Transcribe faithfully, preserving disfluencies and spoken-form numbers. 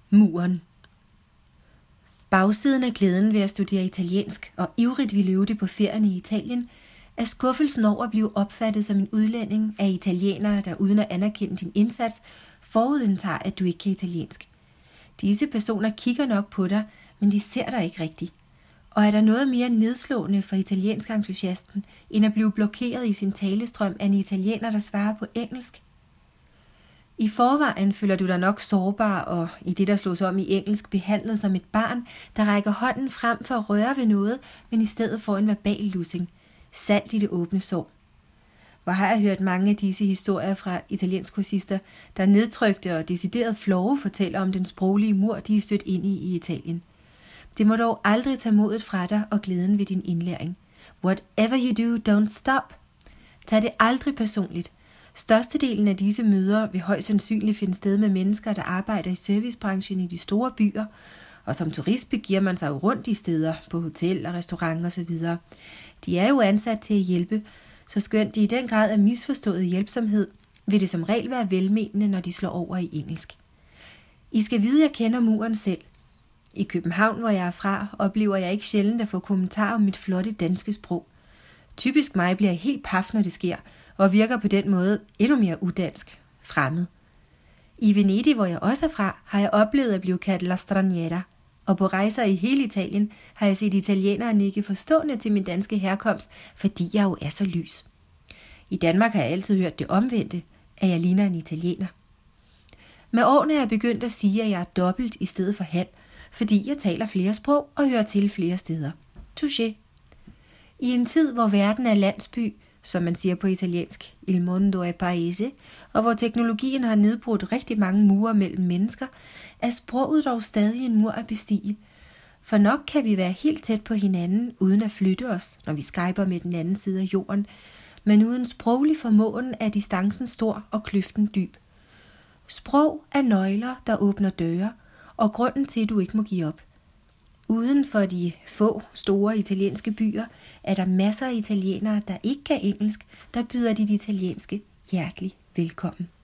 Muren. Bagsiden af glæden ved at studere italiensk og ivrigt ville øve det på ferien i Italien, er skuffelsen over at blive opfattet som en udlænding af italienere, der uden at anerkende din indsats, forudindtager, at du ikke kan italiensk. Disse personer kigger nok på dig, men de ser dig ikke rigtigt. Og er der noget mere nedslående for italiensk entusiasten, end at blive blokeret i sin talestrøm af en italiener, der svarer på engelsk? I forvejen føler du dig nok sårbar og i det, der slås om i engelsk, behandlet som et barn, der rækker hånden frem for at røre ved noget, men i stedet får en verbal lussing. Salt i det åbne sår. Hvor har jeg hørt mange af disse historier fra italiensk kursister, der nedtrykte og decideret flove fortæller om den sproglige mur, de er stødt ind i i Italien. Det må dog aldrig tage modet fra dig og glæden ved din indlæring. Whatever you do, don't stop. Tag det aldrig personligt. Størstedelen af disse møder vil højst sandsynligt finde sted med mennesker, der arbejder i servicebranchen i de store byer, og som turist begiver man sig jo rundt i steder, på hotel og restaurant osv. De er jo ansat til at hjælpe, så skønt de i den grad er misforstået hjælpsomhed, vil det som regel være velmenende, når de slår over i engelsk. I skal vide, at jeg kender muren selv. I København, hvor jeg er fra, oplever jeg ikke sjældent at få kommentarer om mit flotte danske sprog. Typisk mig bliver jeg helt paf, når det sker, og virker på den måde endnu mere udansk, fremmed. I Venedig, hvor jeg også er fra, har jeg oplevet at blive kaldt la straniera, og på rejser i hele Italien har jeg set italienere nikke forstående til min danske herkomst, fordi jeg jo er så lys. I Danmark har jeg altid hørt det omvendte, at jeg ligner en italiener. Med årene er jeg begyndt at sige, at jeg er dobbelt i stedet for halv, fordi jeg taler flere sprog og hører til flere steder. Touché. I en tid, hvor verden er landsby, som man siger på italiensk, il mondo è paese, og hvor teknologien har nedbrudt rigtig mange mure mellem mennesker, er sproget dog stadig en mur at bestige. For nok kan vi være helt tæt på hinanden, uden at flytte os, når vi skyper med den anden side af jorden, men uden sproglig formåen er distancen stor og kløften dyb. Sprog er nøgler, der åbner døre, og grunden til, at du ikke må give op. Uden for de få store italienske byer er der masser af italienere, der ikke kan engelsk, der byder dit italienske hjertelig velkommen.